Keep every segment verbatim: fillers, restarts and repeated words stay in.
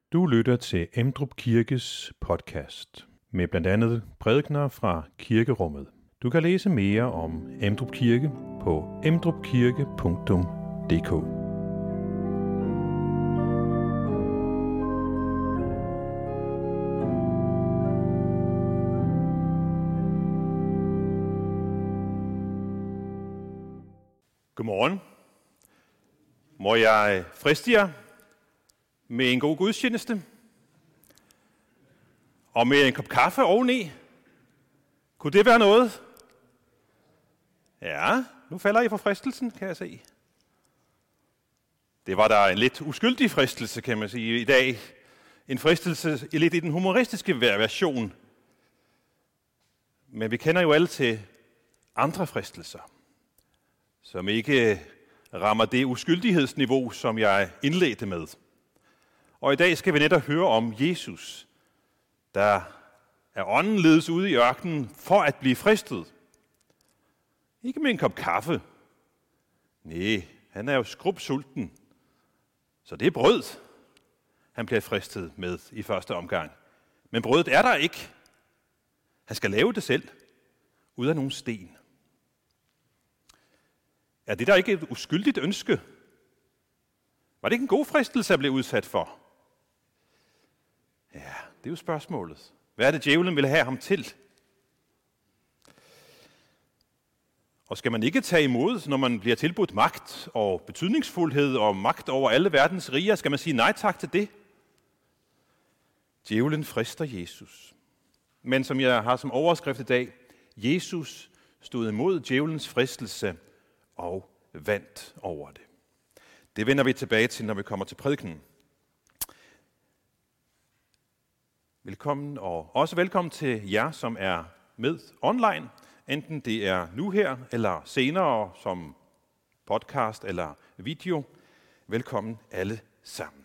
Du lytter til Emdrup Kirkes podcast med blandt andet prædikener fra kirkerummet. Du kan læse mere om Emdrup Kirke på emdrupkirke punktum d k. Godmorgen. Må jeg friste jer med en god gudstjeneste? Og med en kop kaffe oveni? Kunne det være noget? Ja, nu falder I for fristelsen, kan jeg se. Det var der en lidt uskyldig fristelse, kan man sige, i dag. En fristelse lidt i den humoristiske version. Men vi kender jo alle til andre fristelser, som ikke rammer det uskyldighedsniveau, som jeg indledte med. Og i dag skal vi netop høre om Jesus, der er åndenledes ude i ørkenen for at blive fristet. Ikke med en kop kaffe. Nej, han er jo skrubsulten. Så det er brød, han bliver fristet med i første omgang. Men brødet er der ikke. Han skal lave det selv, ud af nogle sten. Er det der ikke et uskyldigt ønske? Var det ikke en god fristelse at blive udsat for? Ja, det er jo spørgsmålet. Hvad er det, djævlen vil have ham til? Og skal man ikke tage imod, når man bliver tilbudt magt og betydningsfuldhed og magt over alle verdens riger? Skal man sige nej tak til det? Djævlen frister Jesus. Men som jeg har som overskrift i dag, Jesus stod imod djævelens fristelse og vandt over det. Det vender vi tilbage til, når vi kommer til prædikenen. Velkommen, og også velkommen til jer, som er med online, enten det er nu her, eller senere som podcast eller video. Velkommen alle sammen.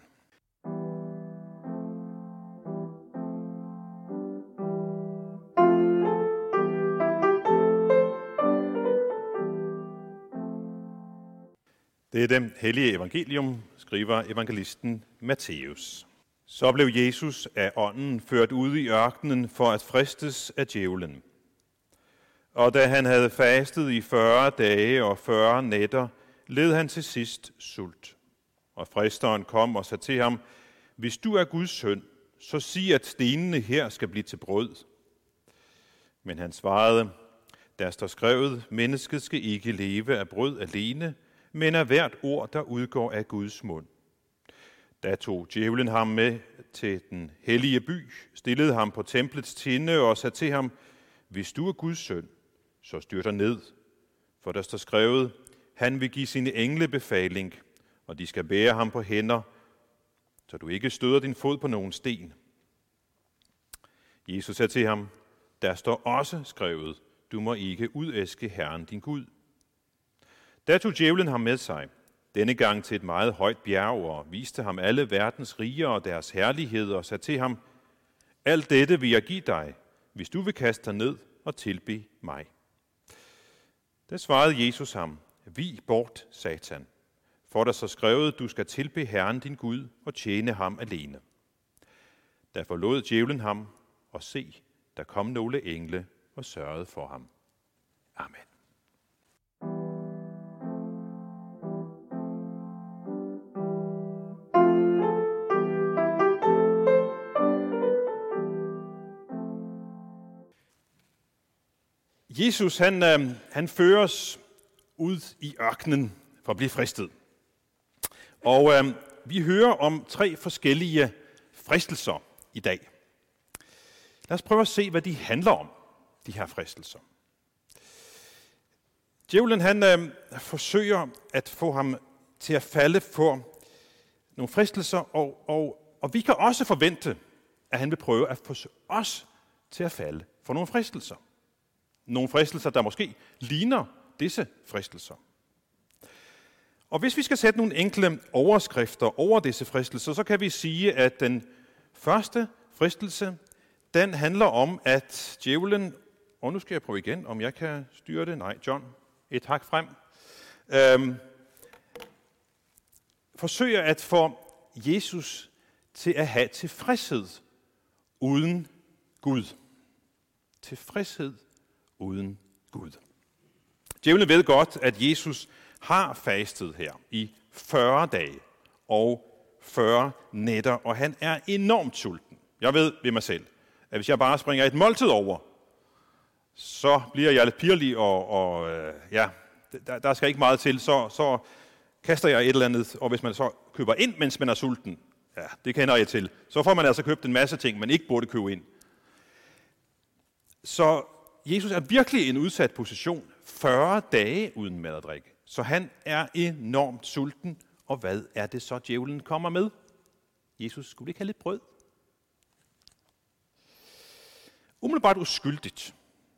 Det er det hellige evangelium, skriver evangelisten Matthæus. Så blev Jesus af ånden ført ud i ørkenen for at fristes af djævlen. Og da han havde fastet i fyrre dage og fyrre nætter, led han til sidst sult. Og fristeren kom og sagde til ham, hvis du er Guds søn, så sig, at stenene her skal blive til brød. Men han svarede, der står skrevet, mennesket skal ikke leve af brød alene, men af hvert ord, der udgår af Guds mund. Da tog djævlen ham med til den hellige by, stillede ham på templets tinde og sagde til ham, hvis du er Guds søn, så styr dig ned. For der står skrevet, han vil give sine engle befaling, og de skal bære ham på hænder, så du ikke støder din fod på nogen sten. Jesus sagde til ham, der står også skrevet, du må ikke udæske Herren din Gud. Da tog djævlen ham med sig, denne gang til et meget højt bjerg, og viste ham alle verdens riger og deres herlighed, og sagde til ham, alt dette vil jeg give dig, hvis du vil kaste dig ned og tilbe mig. Da svarede Jesus ham, vig bort, Satan, for der så skrevet, du skal tilbe Herren din Gud og tjene ham alene. Da forlod djævlen ham, og se, der kom nogle engle og sørgede for ham. Amen. Jesus, han, øh, han føres ud i ørkenen for at blive fristet. Og øh, vi hører om tre forskellige fristelser i dag. Lad os prøve at se, hvad de handler om, de her fristelser. Djævlen, han øh, forsøger at få ham til at falde for nogle fristelser, og, og, og vi kan også forvente, at han vil prøve at få os til at falde for nogle fristelser. Nogle fristelser, der måske ligner disse fristelser. Og hvis vi skal sætte nogle enkle overskrifter over disse fristelser, så kan vi sige, at den første fristelse, den handler om, at djævlen, og nu skal jeg prøve igen, om jeg kan styre det. Nej, John, et hak frem. Øhm, forsøger at få Jesus til at have tilfredshed uden Gud. Tilfredshed uden Gud. Djævlen ved godt, at Jesus har fastet her i fyrre dage og fyrre nætter, og han er enormt sulten. Jeg ved ved mig selv, at hvis jeg bare springer et måltid over, så bliver jeg lidt pirlig, og, og øh, ja, der, der skal ikke meget til, så, så kaster jeg et eller andet, og hvis man så køber ind, mens man er sulten, ja, det kender jeg til, så får man altså købt en masse ting, man ikke burde købe ind. Så Jesus er virkelig i en udsat position, fyrre dage uden mad og drik. Så han er enormt sulten, og hvad er det så, djævlen kommer med? Jesus, skulle ikke have lidt brød? Umiddelbart uskyldigt.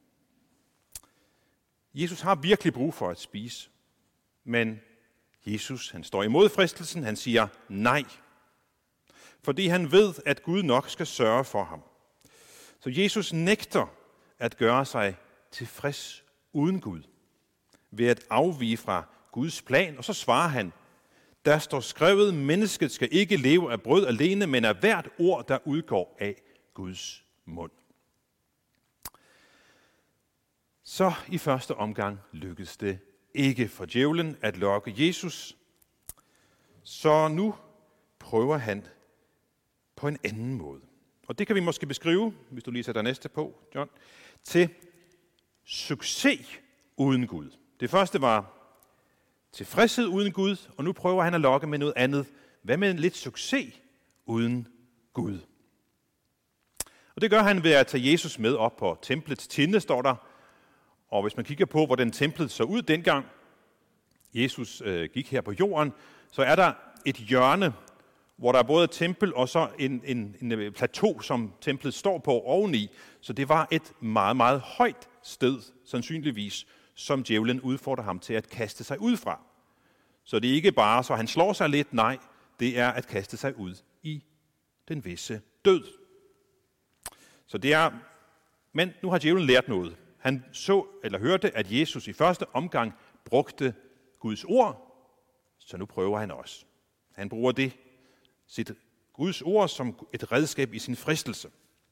Jesus har virkelig brug for at spise, men Jesus, han står imod fristelsen, han siger nej, fordi han ved, at Gud nok skal sørge for ham. Så Jesus nægter at gøre sig tilfreds uden Gud, ved at afvige fra Guds plan, og så svarer han, der står skrevet, mennesket skal ikke leve af brød alene, men af hvert ord, der udgår af Guds mund. Så i første omgang lykkedes det ikke for djævlen at lokke Jesus, så nu prøver han på en anden måde. Og det kan vi måske beskrive, hvis du lige sætter næste på, John, til succes uden Gud. Det første var tilfredshed uden Gud, og nu prøver han at lokke med noget andet. Hvad med en lidt succes uden Gud? Og det gør han ved at tage Jesus med op på templets tinde, står der. Og hvis man kigger på, hvordan templet så ud dengang, Jesus øh, gik her på jorden, så er der et hjørne, hvor der er både et tempel og så en, en, en plateau, som templet står på oveni. Så det var et meget, meget højt sted, sandsynligvis, som djævlen udfordrer ham til at kaste sig ud fra. Så det er ikke bare, så han slår sig lidt, nej, det er at kaste sig ud i den visse død. Så det er, men nu har djævlen lært noget. Han så eller hørte, at Jesus i første omgang brugte Guds ord, så nu prøver han også. Han bruger det, sit Guds ord, som et redskab i sin fristelse.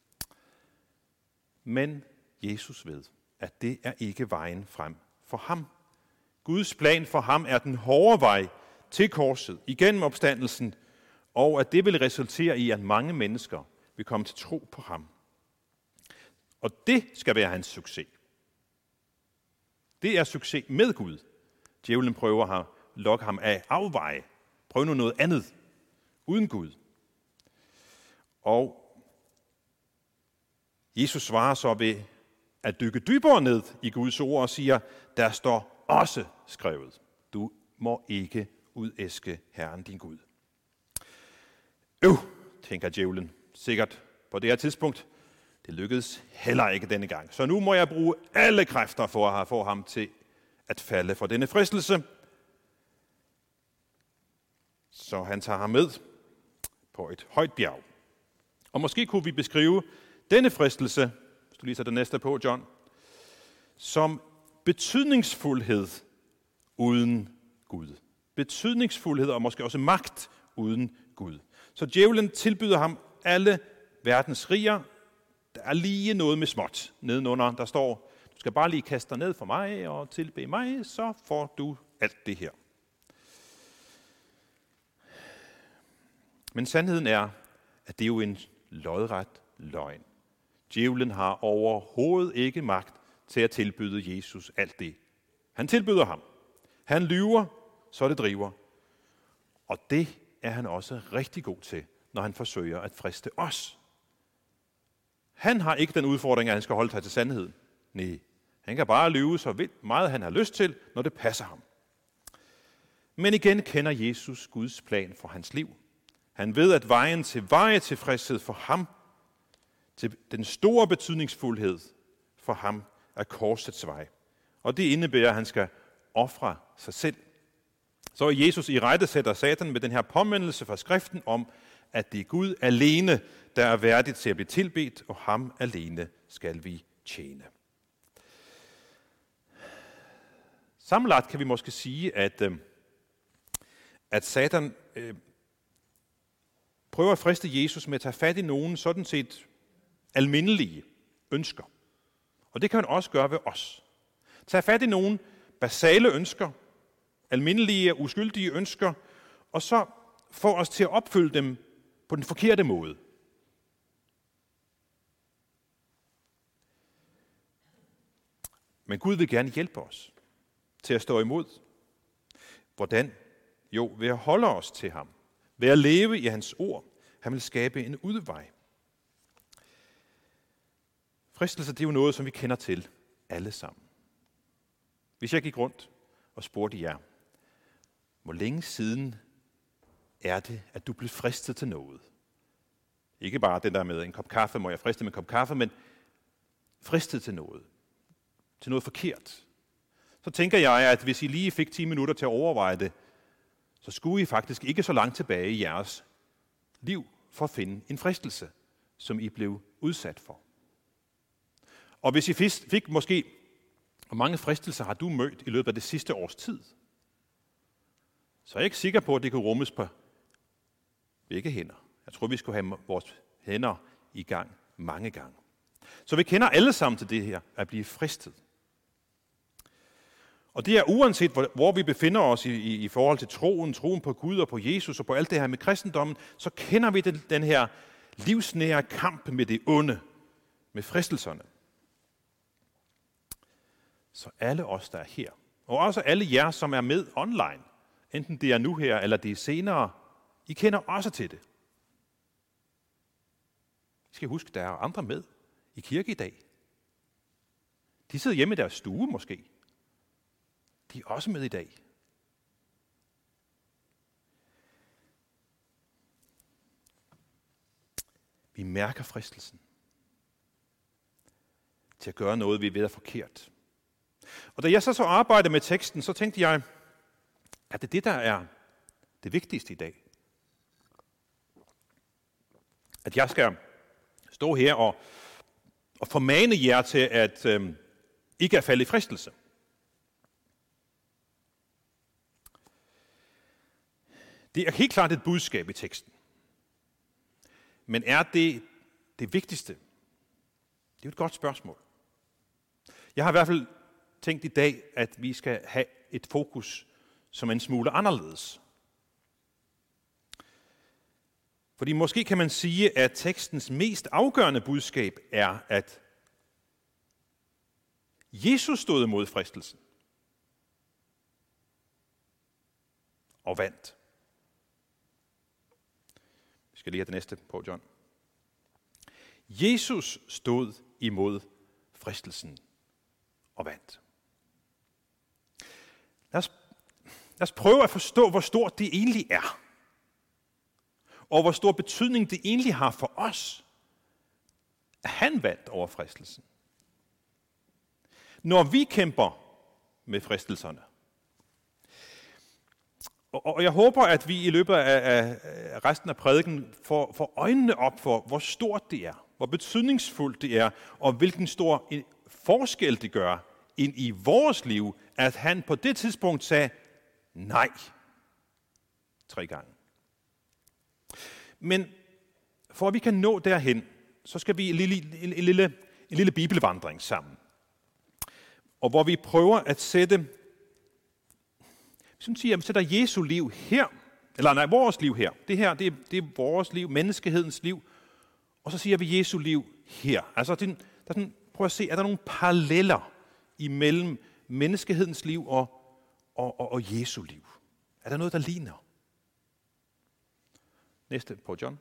Men Jesus ved, at det er ikke vejen frem for ham. Guds plan for ham er den hårde vej til korset, igennem opstandelsen, og at det vil resultere i, at mange mennesker vil komme til tro på ham. Og det skal være hans succes. Det er succes med Gud. Djævlen prøver at lokke ham af afveje. Prøv nu noget andet uden Gud. Og Jesus svarer så ved at dykke dybere ned i Guds ord og siger, der står også skrevet, du må ikke udæske Herren din Gud. Øv, tænker djævlen sikkert på det her tidspunkt. Det lykkedes heller ikke denne gang. Så nu må jeg bruge alle kræfter for at få ham til at falde for denne fristelse. Så han tager ham med på et højt bjerg. Og måske kunne vi beskrive denne fristelse, hvis du lige sætter næste på, John, som betydningsfuldhed uden Gud. Betydningsfuldhed og måske også magt uden Gud. Så djævlen tilbyder ham alle verdens riger. Der er lige noget med småt nedenunder. Der står, du skal bare lige kaste dig ned for mig og tilbede mig, så får du alt det her. Men sandheden er, at det er jo en lodret løgn. Djævlen har overhovedet ikke magt til at tilbyde Jesus alt det. Han tilbyder ham. Han lyver, så det driver. Og det er han også rigtig god til, når han forsøger at friste os. Han har ikke den udfordring, at han skal holde sig til sandheden. Nej, han kan bare lyve så vildt meget, han har lyst til, når det passer ham. Men igen kender Jesus Guds plan for hans liv. Han ved, at vejen til veje tilfredshed for ham, til den store betydningsfuldhed for ham, er korsets vej. Og det indebærer, at han skal ofre sig selv. Så Jesus i rette sætter Satan med den her påmindelse fra skriften om, at det er Gud alene, der er værdigt til at blive tilbedt, og ham alene skal vi tjene. Sammenlagt kan vi måske sige, at, at Satan øh, prøver at friste Jesus med at tage fat i nogen sådan set almindelige ønsker. Og det kan han også gøre ved os. Tag fat i nogle basale ønsker, almindelige, uskyldige ønsker, og så få os til at opfylde dem på den forkerte måde. Men Gud vil gerne hjælpe os til at stå imod. Hvordan? Jo, ved at holde os til ham. Ved at leve i hans ord. Han vil skabe en udvej. Fristelser, det er jo noget, som vi kender til alle sammen. Hvis jeg gik rundt og spurgte jer, hvor længe siden er det, at du blev fristet til noget? Ikke bare det der med en kop kaffe, må jeg friste med en kop kaffe, men fristet til noget. Til noget forkert. Så tænker jeg, at hvis I lige fik ti minutter til at overveje det, så skulle I faktisk ikke så langt tilbage i jeres liv for at finde en fristelse, som I blev udsat for. Og hvis I fik måske, hvor mange fristelser har du mødt i løbet af det sidste års tid, så er jeg ikke sikker på, at det kan rummes på begge hænder. Jeg tror, vi skulle have vores hænder i gang mange gange. Så vi kender alle sammen til det her, at blive fristet. Og det er uanset, hvor vi befinder os i, i, i forhold til troen, troen på Gud og på Jesus og på alt det her med kristendommen, så kender vi den, den her livsnære kamp med det onde, med fristelserne. Så alle os, der er her, og også alle jer, som er med online, enten det er nu her, eller det er senere, I kender også til det. I skal huske, der er andre med i kirke i dag. De sidder hjemme i deres stue måske. De er også med i dag. Vi mærker fristelsen til at gøre noget, vi ved er forkert. Og da jeg så så arbejdede med teksten, så tænkte jeg, at det er det, der er det vigtigste i dag. At jeg skal stå her og, og formane jer til at øhm, ikke at falde i fristelse. Det er helt klart et budskab i teksten. Men er det det vigtigste? Det er jo et godt spørgsmål. Jeg har i hvert fald tænkt i dag, at vi skal have et fokus, som er en smule anderledes. Fordi måske kan man sige, at tekstens mest afgørende budskab er, at Jesus stod imod fristelsen og vandt. Vi skal lige have det næste på, John. Jesus stod imod fristelsen og vandt. Lad os, lad os prøve at forstå, hvor stort det egentlig er. Og hvor stor betydning det egentlig har for os, at han vandt over fristelsen. Når vi kæmper med fristelserne. Og jeg håber, at vi i løbet af resten af prædiken får, får øjnene op for, hvor stort det er, hvor betydningsfuldt det er, og hvilken stor forskel det gør ind i vores liv, at han på det tidspunkt sagde nej tre gange. Men for at vi kan nå derhen, så skal vi en lille, en, en lille, en lille bibelvandring sammen. Og hvor vi prøver at sætte, som siger, at vi sætter Jesu liv her, eller nej, vores liv her. Det her, det er, det er vores liv, menneskehedens liv. Og så siger vi Jesu liv her. Altså, det, der er sådan, prøv at se, er der nogle paralleller imellem menneskehedens liv og, og, og, og Jesu liv? Er der noget, der ligner? Næste på, John.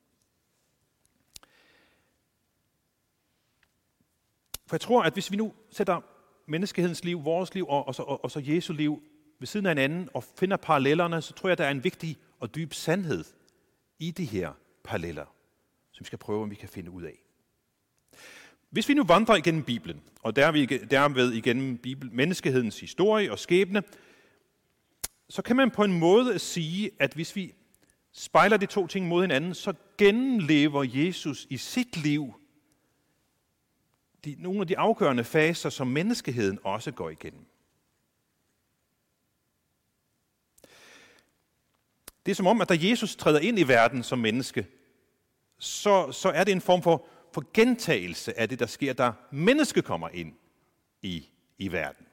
For jeg tror, at hvis vi nu sætter menneskehedens liv, vores liv og, og, så, og, og så Jesu liv ved siden af hinanden og finder parallellerne, så tror jeg, der er en vigtig og dyb sandhed i de her paralleller, som vi skal prøve, om vi kan finde ud af. Hvis vi nu vandrer igennem Bibelen, og derved igennem Bibel, menneskehedens historie og skæbne, så kan man på en måde sige, at hvis vi spejler de to ting mod hinanden, så gennemlever Jesus i sit liv de, nogle af de afgørende faser, som menneskeheden også går igennem. Det er som om, at da Jesus træder ind i verden som menneske, så, så er det en form for, for gentagelse af det, der sker, da menneske kommer ind i, i verden.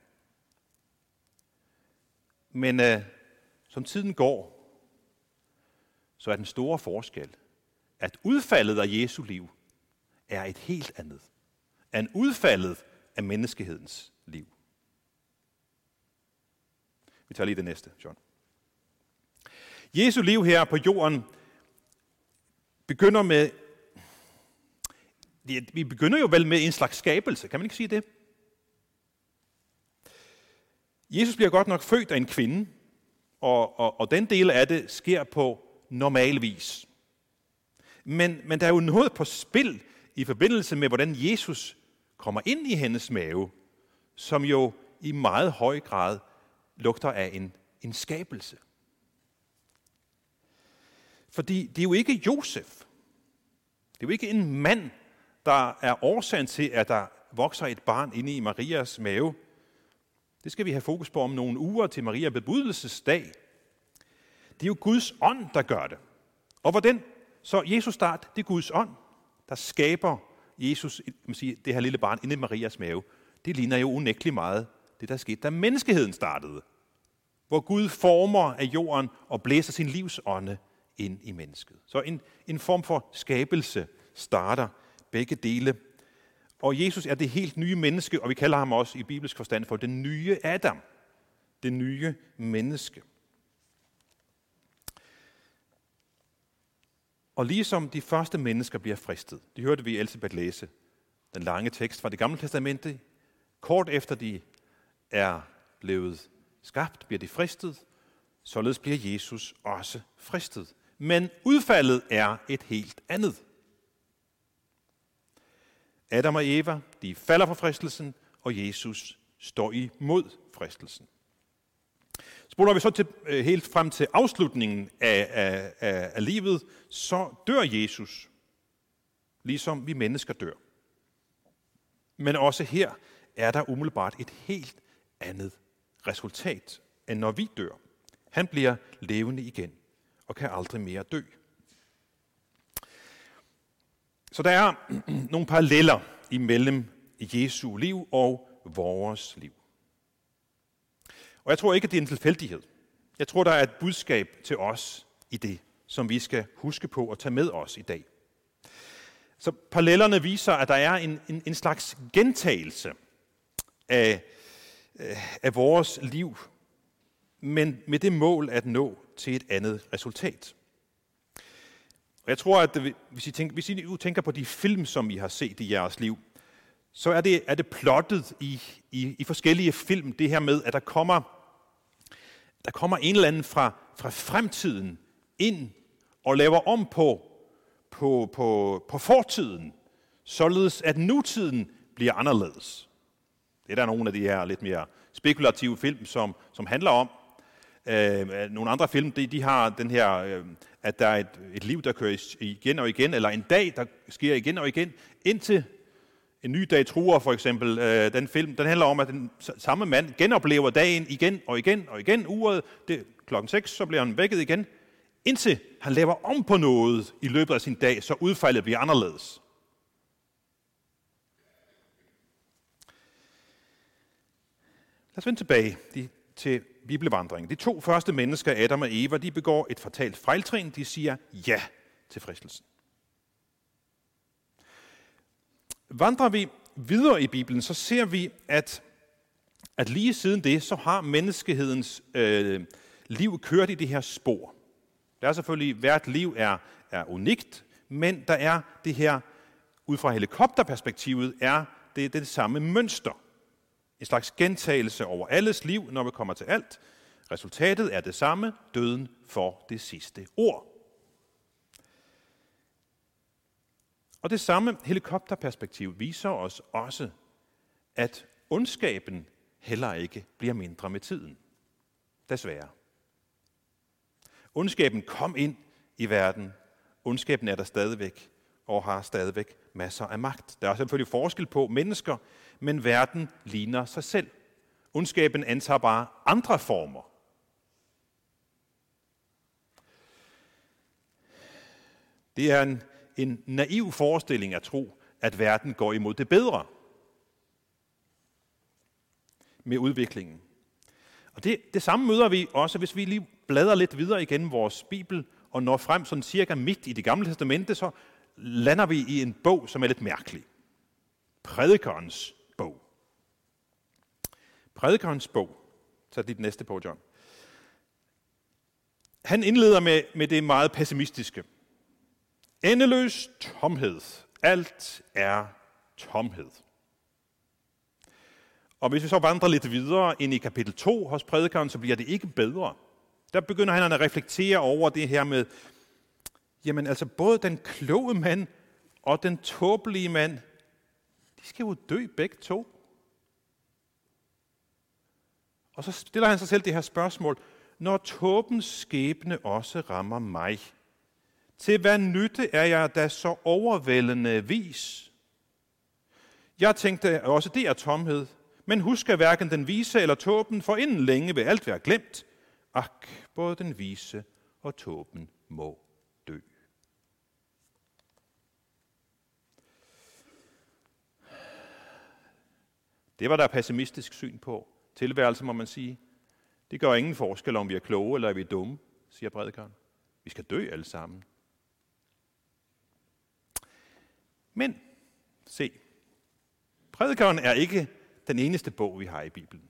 Men øh, som tiden går, så er den store forskel, at udfaldet af Jesu liv er et helt andet, end udfaldet af menneskehedens liv. Vi tager lige det næste, John. Jesu liv her på jorden begynder med, vi begynder jo vel med en slags skabelse, kan man ikke sige det? Jesus bliver godt nok født af en kvinde, og, og, og den del af det sker på normal vis. Men, men der er jo noget på spil i forbindelse med, hvordan Jesus kommer ind i hendes mave, som jo i meget høj grad lugter af en, en skabelse. Fordi det er jo ikke Josef. Det er jo ikke en mand, der er årsagen til, at der vokser et barn inde i Marias mave. Det skal vi have fokus på om nogle uger til Maria bebudelsesdag. Det er jo Guds ånd, der gør det. Og hvordan? Så Jesus start, det er Guds ånd, der skaber Jesus, man siger, det her lille barn inde i Marias mave. Det ligner jo unægteligt meget det, der skete, da menneskeheden startede. Hvor Gud former af jorden og blæser sin livsånde ind i mennesket. Så en, en form for skabelse starter begge dele. Og Jesus er det helt nye menneske, og vi kalder ham også i bibelsk forstand for den nye Adam. Det nye menneske. Og ligesom de første mennesker bliver fristet, det hørte vi Elisabeth læse, den lange tekst fra det gamle testamente, kort efter de er blevet skabt, bliver de fristet, således bliver Jesus også fristet. Men udfaldet er et helt andet. Adam og Eva, de falder for fristelsen, og Jesus står imod fristelsen. Spoler vi så til, helt frem til afslutningen af, af, af, af livet, så dør Jesus, ligesom vi mennesker dør. Men også her er der umiddelbart et helt andet resultat, end når vi dør. Han bliver levende igen og kan aldrig mere dø. Så der er nogle paralleller imellem Jesu liv og vores liv. Og jeg tror ikke, at det er en tilfældighed. Jeg tror, der er et budskab til os i det, som vi skal huske på og tage med os i dag. Så parallellerne viser, at der er en, en, en slags gentagelse af, af vores liv, men med det mål at nå til et andet resultat. Og jeg tror, at hvis I tænker, hvis I tænker på de film, som I har set i jeres liv, så er det, er det plottet i, i, i forskellige film, det her med, at der kommer, der kommer en eller anden fra, fra fremtiden ind og laver om på, på, på, på fortiden, således at nutiden bliver anderledes. Det er der nogle af de her lidt mere spekulative film, som, som handler om. Øh, nogle andre film, de, de har den her, øh, at der er et, et liv, der kører igen og igen, eller en dag, der sker igen og igen, indtil En ny dag truer, for eksempel. Øh, den film, den handler om, at den samme mand genoplever dagen igen og igen og igen. Uret, det, klokken seks, så bliver han vækket igen, indtil han laver om på noget i løbet af sin dag, så udfaldet bliver anderledes. Lad os vende tilbage til bibelvandringen. De to første mennesker, Adam og Eva, de begår et fatalt fejltrin. De siger ja til fristelsen. Vandrer vi videre i Bibelen, så ser vi, at, at lige siden det, så har menneskehedens øh, liv kørt i det her spor. Der er selvfølgelig, hvert liv er, er unikt, men der er det her, ud fra helikopterperspektivet, er det det samme mønster. En slags gentagelse over alles liv, når vi kommer til alt. Resultatet er det samme, døden for det sidste ord. Og det samme helikopterperspektiv viser os også, at ondskaben heller ikke bliver mindre med tiden. Desværre. Ondskaben kom ind i verden. Ondskaben er der stadigvæk og har stadigvæk masser af magt. Der er selvfølgelig forskel på mennesker, men verden ligner sig selv. Ondskaben antager bare andre former. Det er en, en naiv forestilling at tro, at verden går imod det bedre med udviklingen. Og det, det samme møder vi også, hvis vi lige bladrer lidt videre igennem vores Bibel og når frem sådan cirka midt i Det Gamle Testamente, så lander vi i en bog, som er lidt mærkelig. Prædikerens bog. Prædikerens bog. Tag dit næste på, John. Han indleder med, med det meget pessimistiske. Endeløs tomhed. Alt er tomhed. Og hvis vi så vandrer lidt videre ind i kapitel to hos prædikeren, så bliver det ikke bedre. Der begynder han at reflektere over det her med, jamen altså både den kloge mand og den tåbelige mand, de skal jo dø begge to. Og så stiller han sig selv det her spørgsmål, når tåbens skæbne også rammer mig, til hvad nytte er jeg da så overvældende vis? Jeg tænkte også, det er tomhed, men husk at hverken den vise eller tåben, for inden længe vil alt være glemt. Ak, både den vise og tåben må dø. Det var der pessimistisk syn på. Tilværelse, må man sige. Det gør ingen forskel, om vi er kloge eller er vi er dumme, siger prædikeren. Vi skal dø alle sammen. Men, se, prædikeren er ikke den eneste bog, vi har i Bibelen.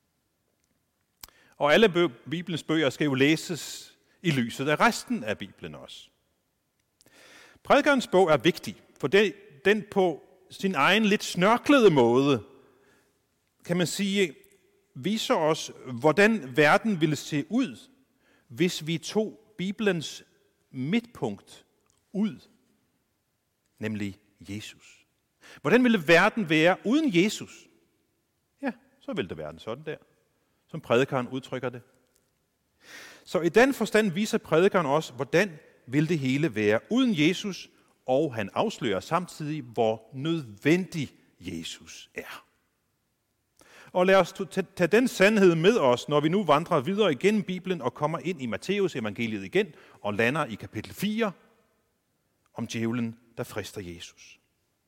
Og alle bø- Bibelens bøger skal jo læses i lyset af resten af Bibelen også. Prædikerens bog er vigtig, for det, den på sin egen lidt snørklede måde, kan man sige, viser os, hvordan verden ville se ud, hvis vi tog Bibelens midtpunkt ud, nemlig Jesus. Hvordan ville verden være uden Jesus? Ja, så ville det være sådan der, som prædikeren udtrykker det. Så i den forstand viser prædikeren også, hvordan vil det hele være uden Jesus, og han afslører samtidig, hvor nødvendig Jesus er. Og lad os tage den sandhed med os, når vi nu vandrer videre igennem Bibelen og kommer ind i Matteus evangeliet igen og lander i kapitel fire om djævlen, der frister Jesus.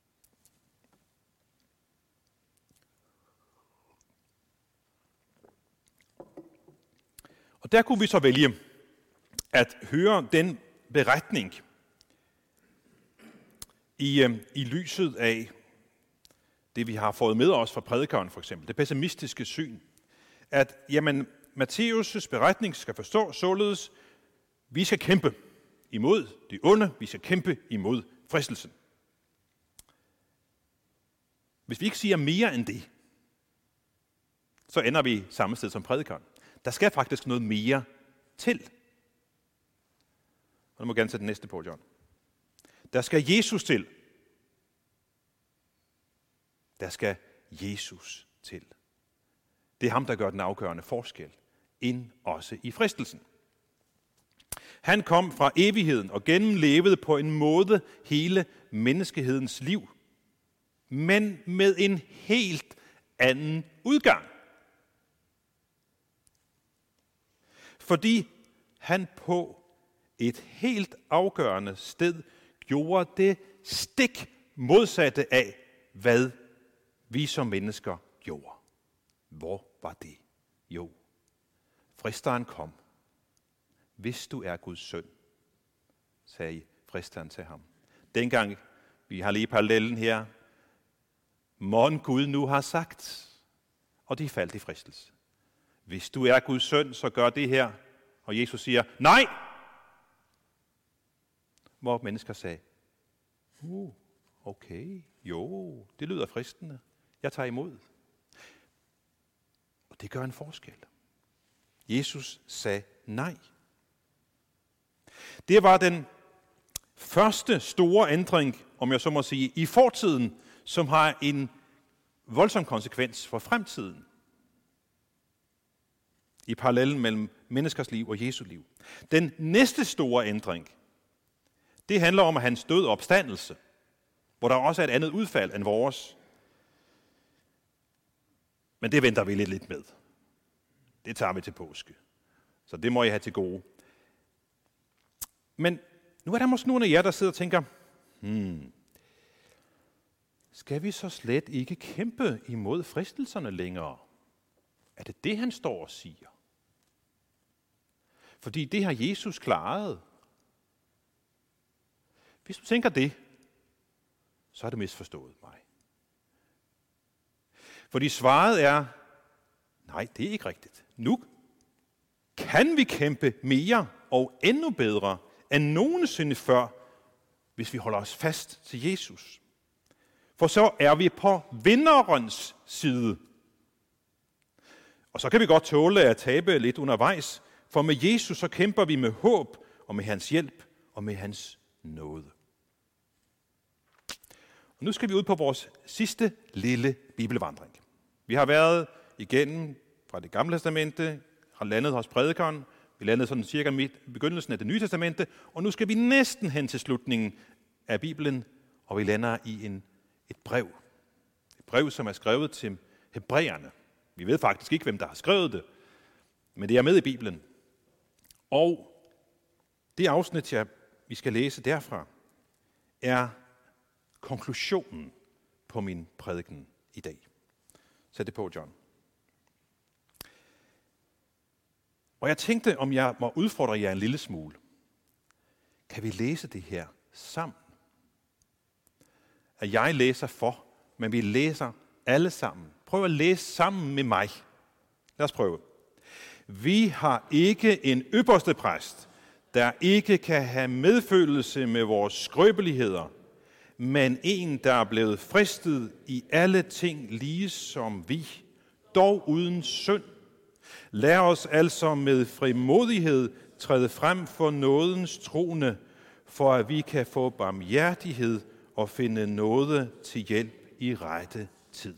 Og der kunne vi så vælge at høre den beretning i, i lyset af det, vi har fået med os fra prædikeren for eksempel, det pessimistiske syn, at jamen, Matteus' beretning skal forstå således, vi skal kæmpe imod det onde, vi skal kæmpe imod fristelsen. Hvis vi ikke siger mere end det, så ender vi samme sted som prædikeren. Der skal faktisk noget mere til. Og du må gerne sætte den næste på, John. Der skal Jesus til. Der skal Jesus til. Det er ham, der gør den afgørende forskel, ind også i fristelsen. Han kom fra evigheden og gennemlevede på en måde hele menneskehedens liv, men med en helt anden udgang. Fordi han på et helt afgørende sted gjorde det stik modsatte af, hvad vi som mennesker gjorde. Hvor var det? Jo, fristeren kom. Hvis du er Guds søn, sagde fristeren til ham. Dengang, vi har lige parallellen her, mon Gud nu har sagt, og de faldt i fristelse. Hvis du er Guds søn, så gør det her. Og Jesus siger, nej! Hvor mennesker sagde, uh, okay, jo, det lyder fristende. Jeg tager imod. Og det gør en forskel. Jesus sagde nej. Det var den første store ændring, om jeg så må sige, i fortiden, som har en voldsom konsekvens for fremtiden. I parallellen mellem menneskers liv og Jesu liv. Den næste store ændring, det handler om hans død og opstandelse, hvor der også er et andet udfald end vores. Men det venter vi lidt, lidt med. Det tager vi til påske. Så det må jeg have til gode. Men Nu er der måske nogle af jer, der sidder og tænker, hmm, skal vi så slet ikke kæmpe imod fristelserne længere? Er det det, han står og siger? Fordi det har Jesus klaret. Hvis du tænker det, så er det misforstået mig. Fordi svaret er, nej, det er ikke rigtigt. Nu kan vi kæmpe mere og endnu bedre end nogensinde før, hvis vi holder os fast til Jesus. For så er vi på vinderens side. Og så kan vi godt tåle at tabe lidt undervejs, for med Jesus så kæmper vi med håb og med hans hjælp og med hans nåde. Og nu skal vi ud på vores sidste lille bibelvandring. Vi har været igennem fra det gamle testamente, har landet hos prædikeren, vi landede sådan cirka midt i begyndelsen af det nye testamente, og nu skal vi næsten hen til slutningen af Bibelen, og vi lander i en, et brev. Et brev, som er skrevet til hebræerne. Vi ved faktisk ikke, hvem der har skrevet det, men det er med i Bibelen. Og det afsnit, jeg, vi skal læse derfra, er konklusionen på min prædiken i dag. Sæt det på, John. Og jeg tænkte, om jeg må udfordre jer en lille smule. Kan vi læse det her sammen? At jeg læser for, men vi læser alle sammen. Prøv at læse sammen med mig. Lad os prøve. Vi har ikke en ypperste præst, der ikke kan have medfølelse med vores skrøbeligheder, men en, der er blevet fristet i alle ting, lige som vi, dog uden synd. Lad os altså med frimodighed træde frem for nådens trone, for at vi kan få barmhjertighed og finde nåde til hjælp i rette tid.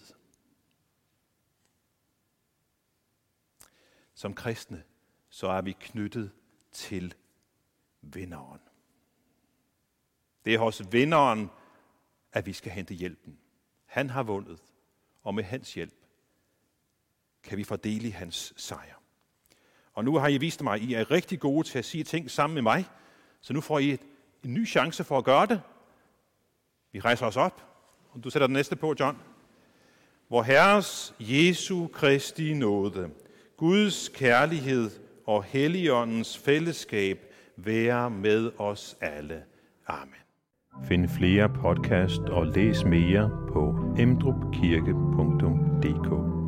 Som kristne, så er vi knyttet til vinderen. Det er hos vinderen, at vi skal hente hjælpen. Han har vundet, og med hans hjælp kan vi fordele i hans sejr. Og nu har I vist mig, at I er rigtig gode til at sige ting sammen med mig, så nu får I et, en ny chance for at gøre det. Vi rejser os op, og du sætter den næste på, John. Vor Herres Jesu Kristi nåde, Guds kærlighed og Helligåndens fællesskab være med os alle. Amen. Find flere podcast og læs mere på emdrupkirke punktum d k.